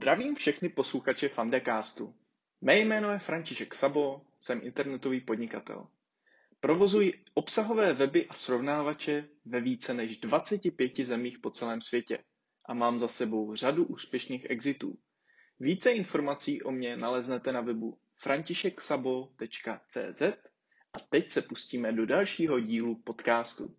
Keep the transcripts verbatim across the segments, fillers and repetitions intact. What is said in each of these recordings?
Zdravím všechny posluchače Fundacastu. Mé jméno je František Sabo, jsem internetový podnikatel. Provozuji obsahové weby a srovnávače ve více než dvaceti pěti zemích po celém světě a mám za sebou řadu úspěšných exitů. Více informací o mně naleznete na webu františeksabo tečka cé zet a teď se pustíme do dalšího dílu podcastu.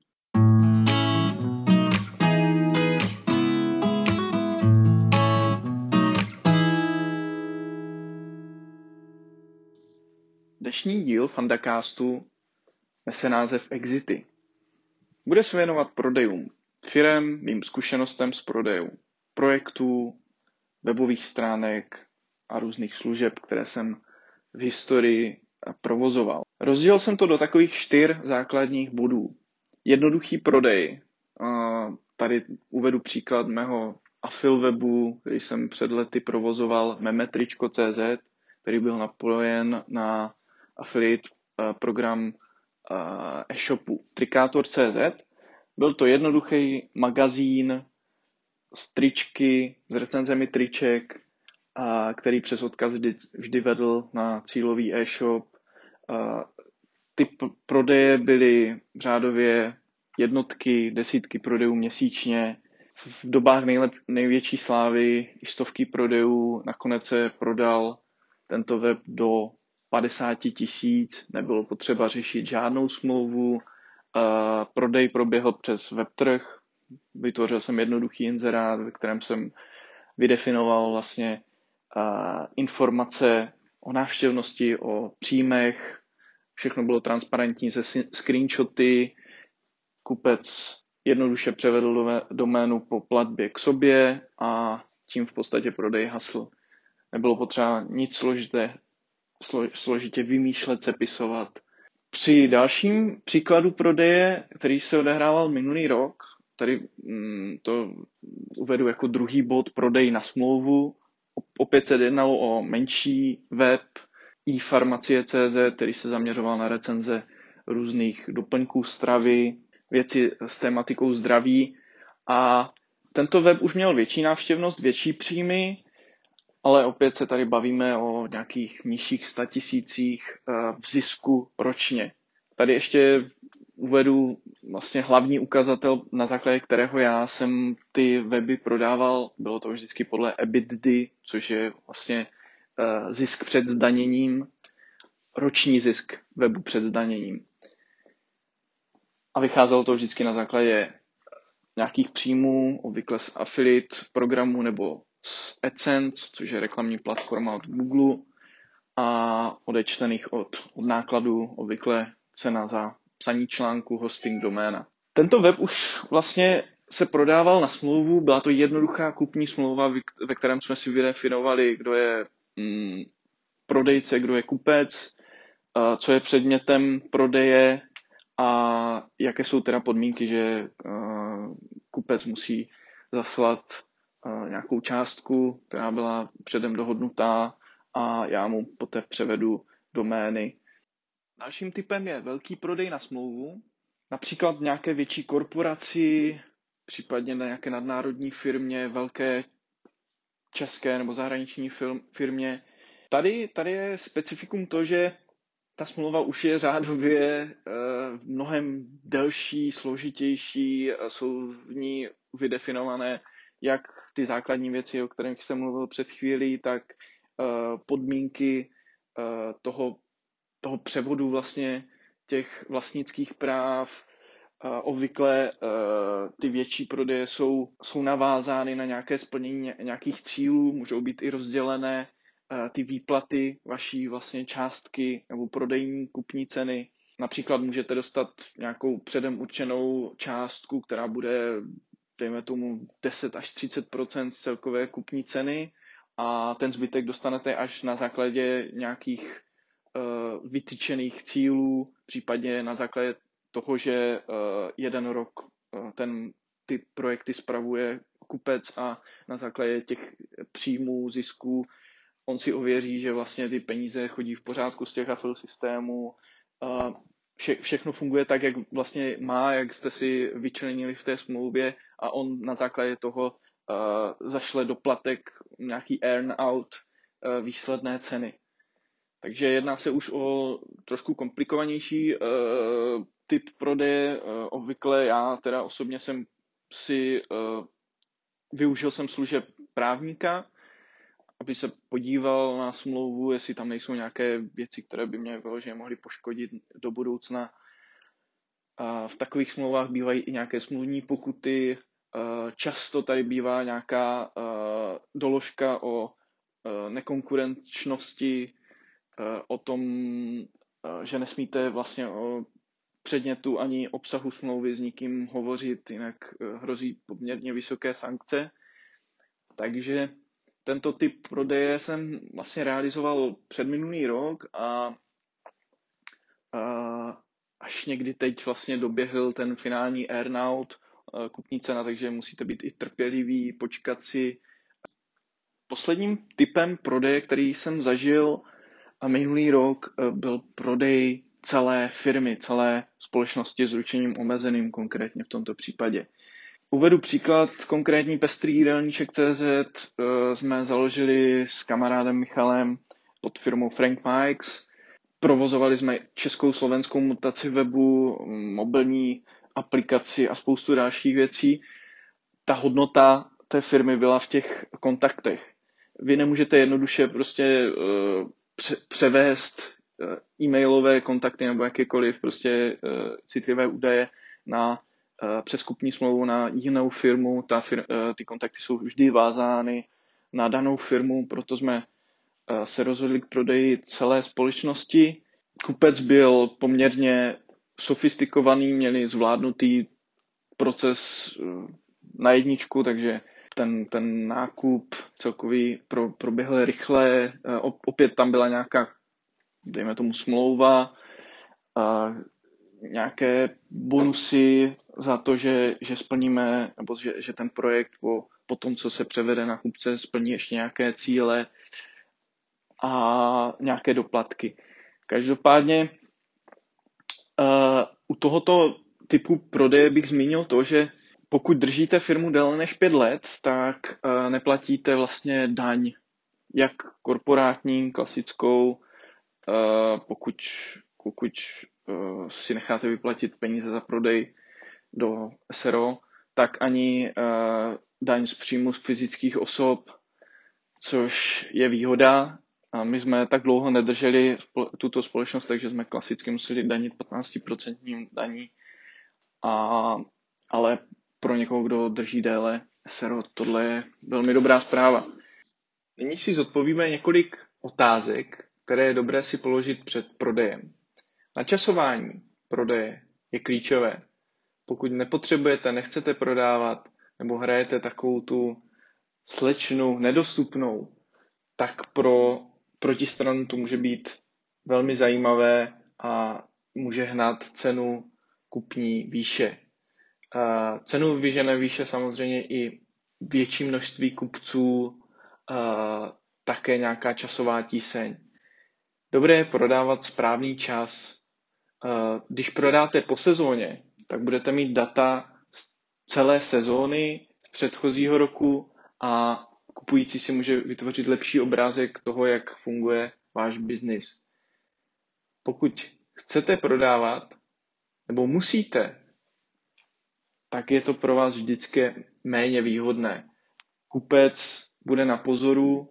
Dnešní díl Fundacastu nese název Exity. Bude se věnovat prodejům firem, mým zkušenostem s prodejem projektů, webových stránek a různých služeb, které jsem v historii provozoval. Rozdělil jsem to do takových čtyř základních bodů. Jednoduchý prodej. Tady uvedu příklad mého affil webu, který jsem před lety provozoval, memetričko tečka cé zet, který byl napojen na affiliate program e-shopu Trikátor tečka cé zet. Byl to jednoduchý magazín s tričky, s recenzemi triček, který přes odkaz vždy, vždy vedl na cílový e-shop. Ty prodeje byly řádově jednotky, desítky prodejů měsíčně. V dobách nejlep, největší slávy i stovky prodejů. Nakonec se prodal tento web do padesát tisíc, nebylo potřeba řešit žádnou smlouvu. Prodej proběhl přes webtrh. Vytvořil jsem jednoduchý inzerát, ve kterém jsem vydefinoval vlastně informace o návštěvnosti, o příjmech. Všechno bylo transparentní se screenshoty. Kupec jednoduše převedl doménu po platbě k sobě a tím v podstatě prodej hasl. Nebylo potřeba nic složité, složitě vymýšlet, sepisovat. Při dalším příkladu prodeje, který se odehrával minulý rok, tady mm, to uvedu jako druhý bod, prodej na smlouvu. Opět se jednalo o menší web ifarmacie tečka cé zet, který se zaměřoval na recenze různých doplňků stravy, věci s tématikou zdraví. A tento web už měl větší návštěvnost, větší příjmy, ale opět se tady bavíme o nějakých nižších statisících v zisku ročně. Tady ještě uvedu vlastně hlavní ukazatel, na základě kterého já jsem ty weby prodával. Bylo to vždycky podle EBITDA, což je vlastně zisk před zdaněním, roční zisk webu před zdaněním. A vycházelo to vždycky na základě nějakých příjmů, obvykle z affiliate programu nebo z AdSense, což je reklamní platforma od Google, a odečtených od, od nákladů, obvykle cena za psaní článku, hosting doména. Tento web už vlastně se prodával na smlouvu, byla to jednoduchá kupní smlouva, ve kterém jsme si vydefinovali, kdo je mm, prodejce, kdo je kupec, uh, co je předmětem prodeje a jaké jsou teda podmínky, že uh, kupec musí zaslat uh, nějakou částku, která byla předem dohodnutá, a já mu poté převedu domény. Dalším typem je velký prodej na smlouvu, například nějaké větší korporaci, případně na nějaké nadnárodní firmě, velké české nebo zahraniční firmě. Tady, tady je specifikum to, že ta smlouva už je řádově mnohem delší, složitější, jsou v ní vydefinované jak ty základní věci, o kterých jsem mluvil před chvílí, tak podmínky toho, toho převodu vlastně těch vlastnických práv. Obvykle ty větší prodeje jsou, jsou navázány na nějaké splnění nějakých cílů, můžou být i rozdělené ty výplaty vaší vlastně částky nebo prodejní kupní ceny. Například můžete dostat nějakou předem určenou částku, která bude, dejme tomu, deset až třicet procent z celkové kupní ceny, a ten zbytek dostanete až na základě nějakých uh, vytyčených cílů, případně na základě toho, že uh, jeden rok uh, ten, ty projekty spravuje kupec a na základě těch příjmů, zisků, on si ověří, že vlastně ty peníze chodí v pořádku z těch affiliate systémů. Uh, vše, všechno funguje tak, jak vlastně má, jak jste si vyčlenili v té smlouvě, a on na základě toho uh, zašle doplatek, nějaký earn-out uh, výsledné ceny. Takže jedná se už o trošku komplikovanější uh, typ prodeje. Uh, obvykle já teda osobně jsem si uh, využil jsem služeb právníka, aby se podíval na smlouvu, jestli tam nejsou nějaké věci, které by mě vyloženě mohly poškodit do budoucna. A v takových smlouvách bývají i nějaké smluvní pokuty. Často tady bývá nějaká doložka o nekonkurenčnosti, o tom, že nesmíte vlastně o předmětu ani obsahu smlouvy s nikým hovořit, jinak hrozí poměrně vysoké sankce. Takže tento typ prodeje jsem vlastně realizoval před minulý rok a, a až někdy teď vlastně doběhl ten finální earnout, kupní cena, takže musíte být i trpěliví, počkat si. Posledním typem prodeje, který jsem zažil a minulý rok, byl prodej celé firmy, celé společnosti s ručením omezeným, konkrétně v tomto případě. Uvedu příklad, konkrétní pestrý jídelníček tečka cé zet jsme založili s kamarádem Michalem pod firmou Frank Mikes. Provozovali jsme českou slovenskou mutaci webu, mobilní aplikaci a spoustu dalších věcí. Ta hodnota té firmy byla v těch kontaktech. Vy nemůžete jednoduše prostě převést e-mailové kontakty nebo jakékoliv prostě citlivé údaje na přes kupní smlouvu na jinou firmu. Ta fir- ty kontakty jsou vždy vázány na danou firmu, proto jsme se rozhodli k prodeji celé společnosti. Kupec byl poměrně sofistikovaný, měli zvládnutý proces na jedničku, takže ten, ten nákup celkový pro, proběhl rychle. Opět tam byla nějaká, dejme tomu, smlouva, a nějaké bonusy za to, že, že splníme, nebo že, že ten projekt po, po tom, co se převede na kupce, splní ještě nějaké cíle a nějaké doplatky. Každopádně uh, u tohoto typu prodeje bych zmínil to, že pokud držíte firmu déle než pět let, tak uh, neplatíte vlastně daň, jak korporátní, klasickou, uh, pokud, pokud uh, si necháte vyplatit peníze za prodej do es er o, tak ani uh, daň z příjmu z fyzických osob, což je výhoda. A my jsme tak dlouho nedrželi tuto společnost, takže jsme klasicky museli danit patnáct procent daní. A, ale pro někoho, kdo drží déle es er o, tohle je velmi dobrá zpráva. Nyní si zodpovíme několik otázek, které je dobré si položit před prodejem. Načasování prodeje je klíčové. Pokud nepotřebujete, nechcete prodávat, nebo hrajete takovou tu slečnu nedostupnou, tak pro protistranu to může být velmi zajímavé a může hnát cenu kupní výše. Cenu vyžene výše samozřejmě i větší množství kupců, také nějaká časová tíseň. Dobré je prodávat správný čas. Když prodáte po sezóně, tak budete mít data z celé sezóny z předchozího roku a kupující si může vytvořit lepší obrázek toho, jak funguje váš biznis. Pokud chcete prodávat nebo musíte, tak je to pro vás vždycky méně výhodné. Kupec bude na pozoru.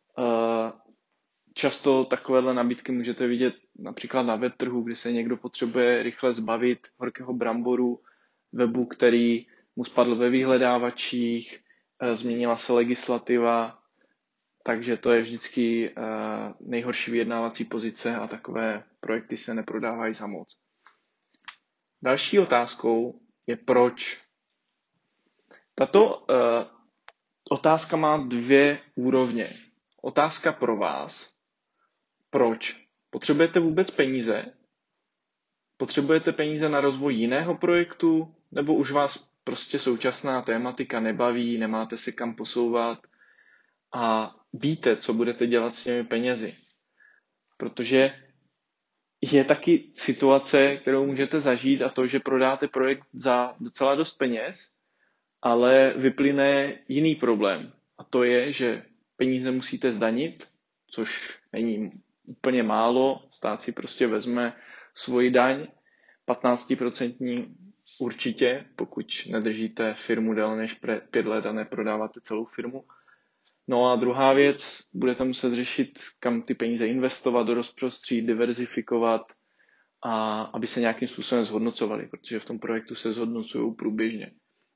Často takovéhle nabídky můžete vidět například na webtrhu, kdy se někdo potřebuje rychle zbavit horkého bramboru webu, který mu spadl ve vyhledávačích, změnila se legislativa, takže to je vždycky nejhorší vyjednávací pozice a takové projekty se neprodávají za moc. Další otázkou je proč. Tato uh, otázka má dvě úrovně. Otázka pro vás. Proč? Potřebujete vůbec peníze? Potřebujete peníze na rozvoj jiného projektu? Nebo už vás prostě současná tématika nebaví, nemáte se kam posouvat a víte, co budete dělat s těmi penězi? Protože je taky situace, kterou můžete zažít, a to, že prodáte projekt za docela dost peněz ale vyplyne jiný problém. A to je, že peníze musíte zdanit, což není úplně málo. Stát si prostě vezme svoji daň, patnáct procent určitě, pokud nedržíte firmu déle než pět let a neprodáváte celou firmu. No a druhá věc, budete muset řešit, kam ty peníze investovat, do rozprostří, diverzifikovat, a aby se nějakým způsobem zhodnocovaly, protože v tom projektu se zhodnocují průběžně.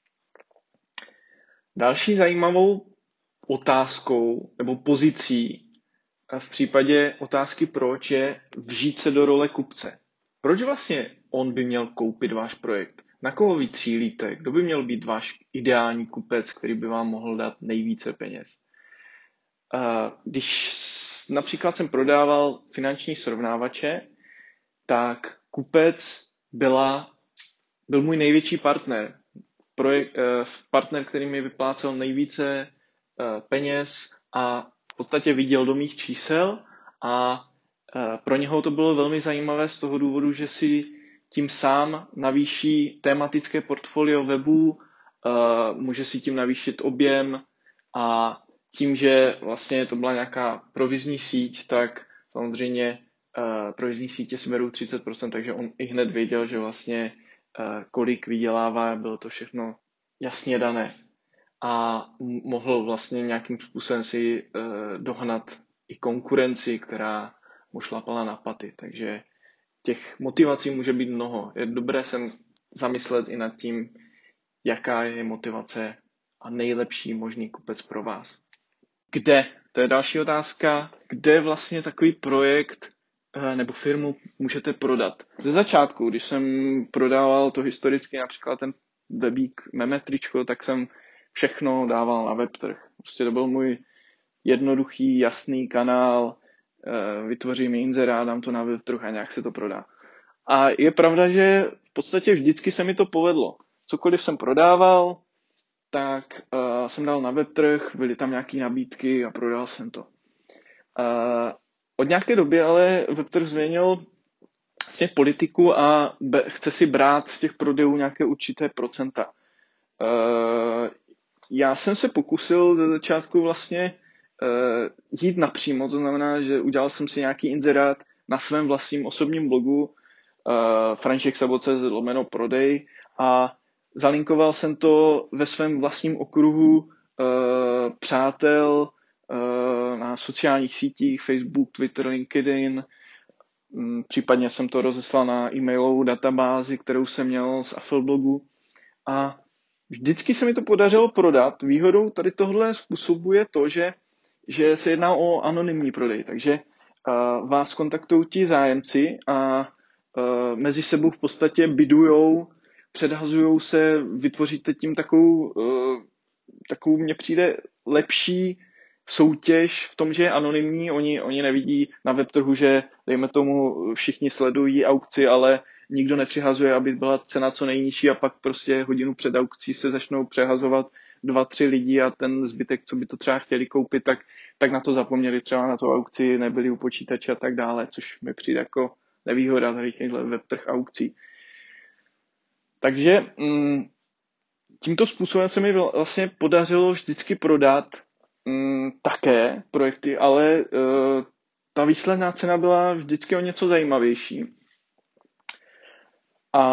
Další zajímavou otázkou nebo pozicí v případě otázky proč je vžít se do role kupce. Proč vlastně on by měl koupit váš projekt? Na koho vy cílíte? Kdo by měl být váš ideální kupec, který by vám mohl dát nejvíce peněz? Když například jsem prodával finanční srovnávače, tak kupec byla, byl můj největší partner. Projekt, partner, který mi vyplácel nejvíce peněz a v podstatě viděl do mých čísel a pro něho to bylo velmi zajímavé z toho důvodu, že si tím sám navýší tematické portfolio webů, může si tím navýšit objem a tím, že vlastně to byla nějaká provizní síť, tak samozřejmě provizní sítě si berou třicet procent, takže on i hned věděl, že vlastně kolik vydělává, bylo to všechno jasně dané. A mohl vlastně nějakým způsobem si dohnat i konkurenci, která mu šlapala na paty. Takže těch motivací může být mnoho. Je dobré se zamyslet i nad tím, jaká je motivace a nejlepší možný kupec pro vás. Kde? To je další otázka. Kde vlastně takový projekt nebo firmu můžete prodat? Ze začátku, když jsem prodával to historicky, například ten webík Memetričko, tak jsem všechno dával na webtrh. Prostě to byl můj jednoduchý, jasný kanál, vytvořím inzerát, dám to na webtrh a nějak se to prodá. A je pravda, že v podstatě vždycky se mi to povedlo. Cokoliv jsem prodával, tak uh, jsem dal na webtrh, byly tam nějaké nabídky a prodal jsem to. Uh, od nějaké doby ale webtrh změnil vlastně politiku a be, chce si brát z těch prodejů nějaké určité procenta. Uh, já jsem se pokusil ze začátku vlastně uh, jít napřímo, to znamená, že udělal jsem si nějaký inzerát na svém vlastním osobním blogu uh, františek sabo tečka cé zet lomeno prodej a zalinkoval jsem to ve svém vlastním okruhu uh, přátel uh, na sociálních sítích, Facebook, Twitter, LinkedIn. Um, případně jsem to rozeslal na e-mailovou databázi, kterou jsem měl z Affilblogu. A vždycky se mi to podařilo prodat. Výhodou tady tohle způsobu je to, že, že se jedná o anonymní prodej. Takže uh, vás kontaktují ti zájemci a uh, mezi sebou v podstatě bidujou, předhazujou se, vytvoříte tím takovou, uh, takovou mně přijde lepší soutěž v tom, že je anonymní. Oni, oni nevidí na webtrhu, že dejme tomu všichni sledují aukci, ale nikdo nepřihazuje, aby byla cena co nejnižší a pak prostě hodinu před aukcí se začnou přehazovat dva, tři lidi a ten zbytek, co by to třeba chtěli koupit, tak, tak na to zapomněli třeba na tu aukci, nebyli u počítače a tak dále, což mi přijde jako nevýhoda tady těchto webtrh aukcí. Takže mm, tímto způsobem se mi vlastně podařilo vždycky prodat mm, také projekty, ale uh, ta výsledná cena byla vždycky o něco zajímavější. A,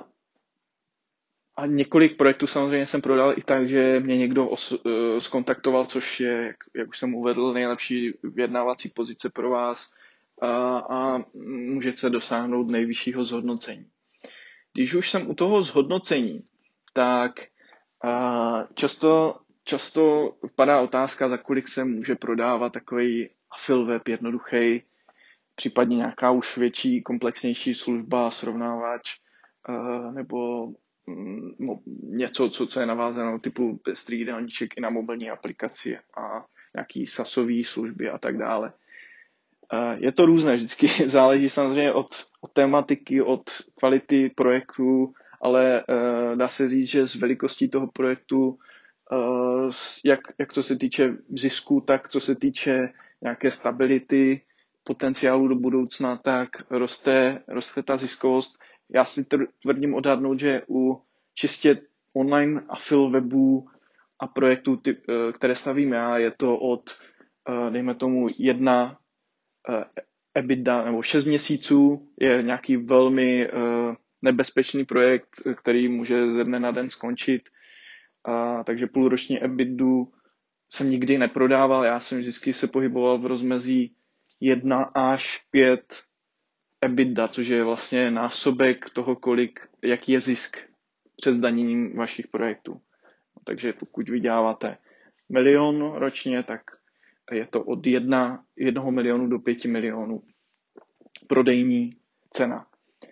a několik projektů samozřejmě jsem prodal i tak, že mě někdo os, uh, skontaktoval, což je, jak, jak už jsem uvedl, nejlepší vyjednávací pozice pro vás a, a můžete dosáhnout nejvyššího zhodnocení. Když už jsem u toho zhodnocení, tak uh, často, často padá otázka, za kolik se může prodávat takový affil web jednoduchý, případně nějaká už větší, komplexnější služba, srovnávač, nebo něco, co, co je navázáno typu pestrý jídelníček i na mobilní aplikaci a nějaký sasový služby a tak dále. Je to různé, vždycky záleží samozřejmě od, od tematiky, od kvality projektu, ale dá se říct, že z velikostí toho projektu, jak, jak co se týče zisku, tak co se týče nějaké stability, potenciálu do budoucna, tak roste, roste ta ziskovost. Já si tvrdím odhadnout, že u čistě online afil webů a projektů, typ, které stavím já, je to od, dejme tomu, jedna EBITDA nebo šest měsíců, je nějaký velmi nebezpečný projekt, který může ze dne na den skončit. A, takže půlroční EBITDu jsem nikdy neprodával, já jsem vždycky se pohyboval v rozmezí jedna až pět EBITDA, což je vlastně násobek toho, kolik, jaký je zisk přes daněním vašich projektů. Takže pokud vyděláváte milion ročně, tak je to od jedna, jednoho milionu do pěti milionů prodejní cena.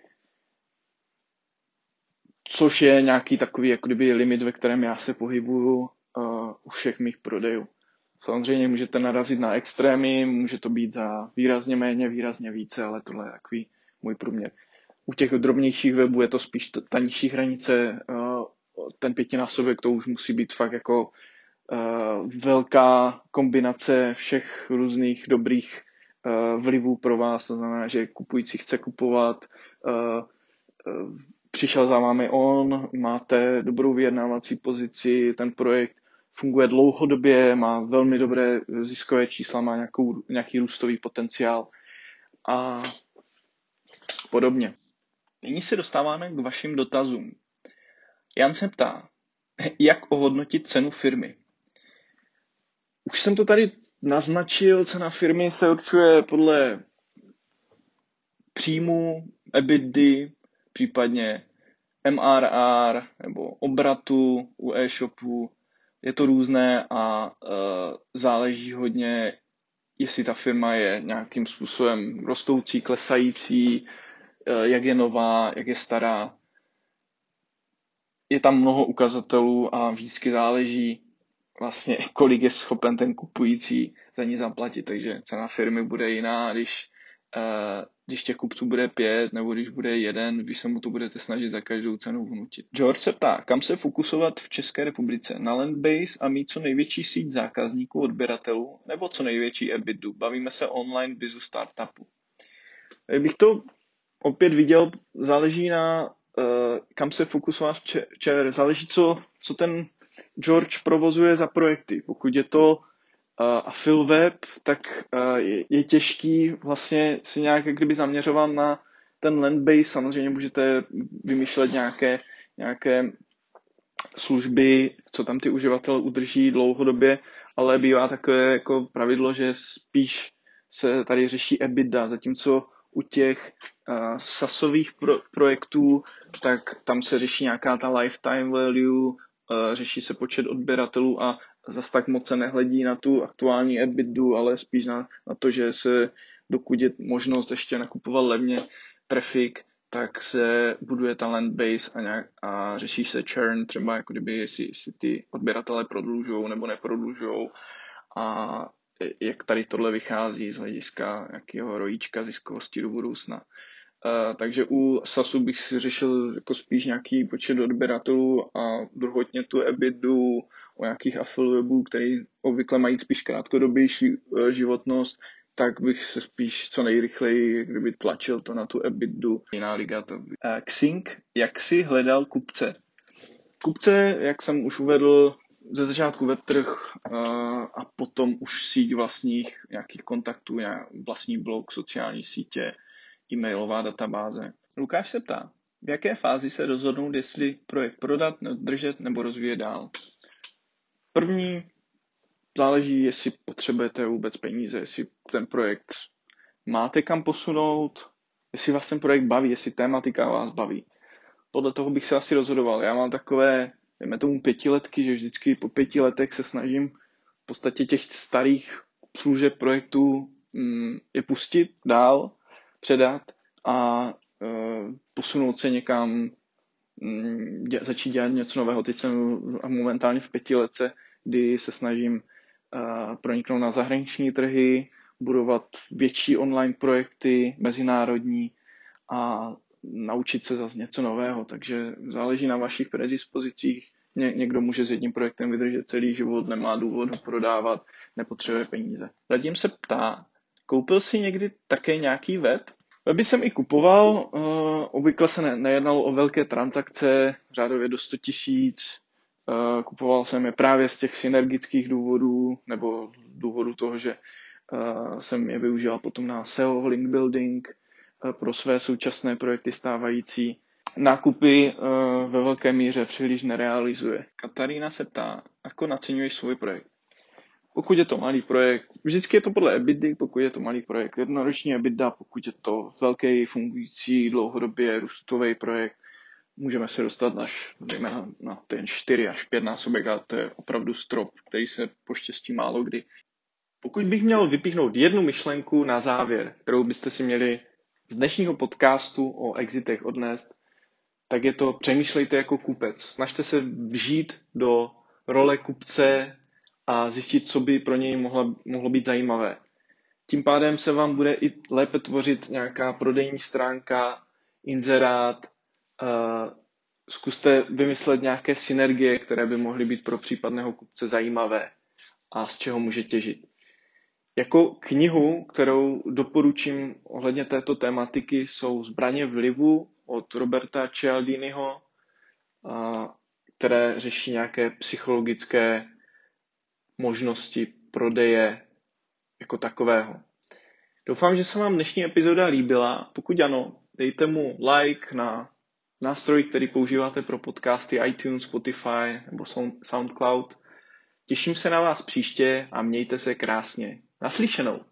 Což je nějaký takový jako kdyby limit, ve kterém já se pohybuju uh, u všech mých prodejů. Samozřejmě můžete narazit na extrémy, může to být za výrazně méně, výrazně více, ale tohle je takový můj průměr. U těch drobnějších webů je to spíš ta nižší hranice, uh, ten pětinásobek, to už musí být fakt jako uh, velká kombinace všech různých dobrých uh, vlivů pro vás, to znamená, že kupující chce kupovat, uh, uh, přišel za vámi on, máte dobrou vyjednávací pozici, ten projekt funguje dlouhodobě, má velmi dobré ziskové čísla, má nějakou, nějaký růstový potenciál a podobně. Nyní se dostáváme k vašim dotazům. Jan se ptá, jak ohodnotit cenu firmy. Už jsem to tady naznačil, cena firmy se určuje podle příjmu, EBITDA, případně M R R nebo obratu u e-shopu. Je to různé a e, záleží hodně, jestli ta firma je nějakým způsobem rostoucí, klesající, e, jak je nová, jak je stará. Je tam mnoho ukazatelů a vždycky záleží vlastně, kolik je schopen ten kupující za ní zaplatit. Takže cena firmy bude jiná, když, e, když těch kupců bude pět, nebo když bude jeden, když se mu to budete snažit za každou cenu vnutit. George se ptá, kam se fokusovat v České republice? Na Landbase a mít co největší síť zákazníků, odběratelů, nebo co největší EBITDu? Bavíme se online bizu startupu. Jak bych to opět viděl, záleží na, uh, kam se fokusovat v ČR. Záleží, co, co ten George provozuje za projekty. Pokud je to Uh, a Phil Web, tak uh, je, je těžký vlastně si nějak kdyby zaměřovat na ten Landbase. Samozřejmě můžete vymýšlet nějaké, nějaké služby, co tam ty uživatel udrží dlouhodobě, ale bývá takové jako pravidlo, že spíš se tady řeší EBITDA, zatímco u těch uh, SaaSových pro, projektů, tak tam se řeší nějaká ta lifetime value, uh, řeší se počet odběratelů a zas tak moc se nehledí na tu aktuální EBITDu, ale spíš na, na to, že se, dokud je možnost ještě nakupovat levně trafik, tak se buduje ta landbase a, nějak, a řeší se churn, třeba jako kdyby jestli, jestli ty odběratele prodlužujou nebo neprodlužujou a jak tady tohle vychází z hlediska nějakého rojíčka ziskovosti do budoucna. Uh, takže u SaaSu bych si řešil jako spíš nějaký počet odběratelů a druhotně tu EBITDu o nějakých affiliwebů, který obvykle mají spíš krátkodobější uh, životnost, tak bych se spíš co nejrychleji kdyby tlačil to na tu EBITDu. Jiná liga to by. Uh, Xing, jak si hledal kupce? Kupce, jak jsem už uvedl, ze začátku webtrh uh, a potom už síť vlastních nějakých kontaktů, vlastní blog, sociální sítě, e-mailová databáze. Lukáš se ptá, v jaké fázi se rozhodnout, jestli projekt prodat, držet nebo rozvíjet dál. První záleží, jestli potřebujete vůbec peníze, jestli ten projekt máte kam posunout, jestli vás ten projekt baví, jestli tématika vás baví. Podle toho bych se asi rozhodoval. Já mám takové, dejme tomu pětiletky, že vždycky po pěti letech se snažím v podstatě těch starých služeb projektů mm, je pustit dál, předat a e, posunout se někam, dě, začít dělat něco nového. Teď jsem momentálně v pětiletce, kdy se snažím e, proniknout na zahraniční trhy, budovat větší online projekty, mezinárodní a naučit se zase něco nového. Takže záleží na vašich predispozicích. Ně, někdo může s jedním projektem vydržet celý život, nemá důvod ho prodávat, nepotřebuje peníze. Radim se ptá, koupil jsi někdy také nějaký web? Weby jsem i kupoval, uh, obvykle se ne, nejednalo o velké transakce, řádově do sto tisíc. Uh, kupoval jsem je právě z těch synergických důvodů, nebo důvodu toho, že uh, jsem je využíval potom na S E O, link building, uh, pro své současné projekty stávající. Nákupy uh, ve velké míře příliš nerealizuje. Katarína se ptá, jako naceňuješ svůj projekt? Pokud je to malý projekt, vždycky je to podle EBITDA, pokud je to malý projekt, jednoroční EBITDA, pokud je to velký, fungující, dlouhodobě růstový projekt, můžeme se dostat až na, na ten čtyři až pět násobek a to je opravdu strop, který se poštěstí málo kdy. Pokud bych měl vypíchnout jednu myšlenku na závěr, kterou byste si měli z dnešního podcastu o exitech odnést, tak je to přemýšlejte jako kupec. Snažte se vžít do role kupce a zjistit, co by pro něj mohlo, mohlo být zajímavé. Tím pádem se vám bude i lépe tvořit nějaká prodejní stránka, inzerát, uh, zkuste vymyslet nějaké synergie, které by mohly být pro případného kupce zajímavé a z čeho může těžit. Jako knihu, kterou doporučím ohledně této tématiky, jsou Zbraně vlivu od Roberta Cialdiniho, které řeší nějaké psychologické možnosti prodeje jako takového. Doufám, že se vám dnešní epizoda líbila. Pokud ano, dejte mu like na nástroj, který používáte pro podcasty iTunes, Spotify nebo SoundCloud. Těším se na vás příště a mějte se krásně. Naslyšenou.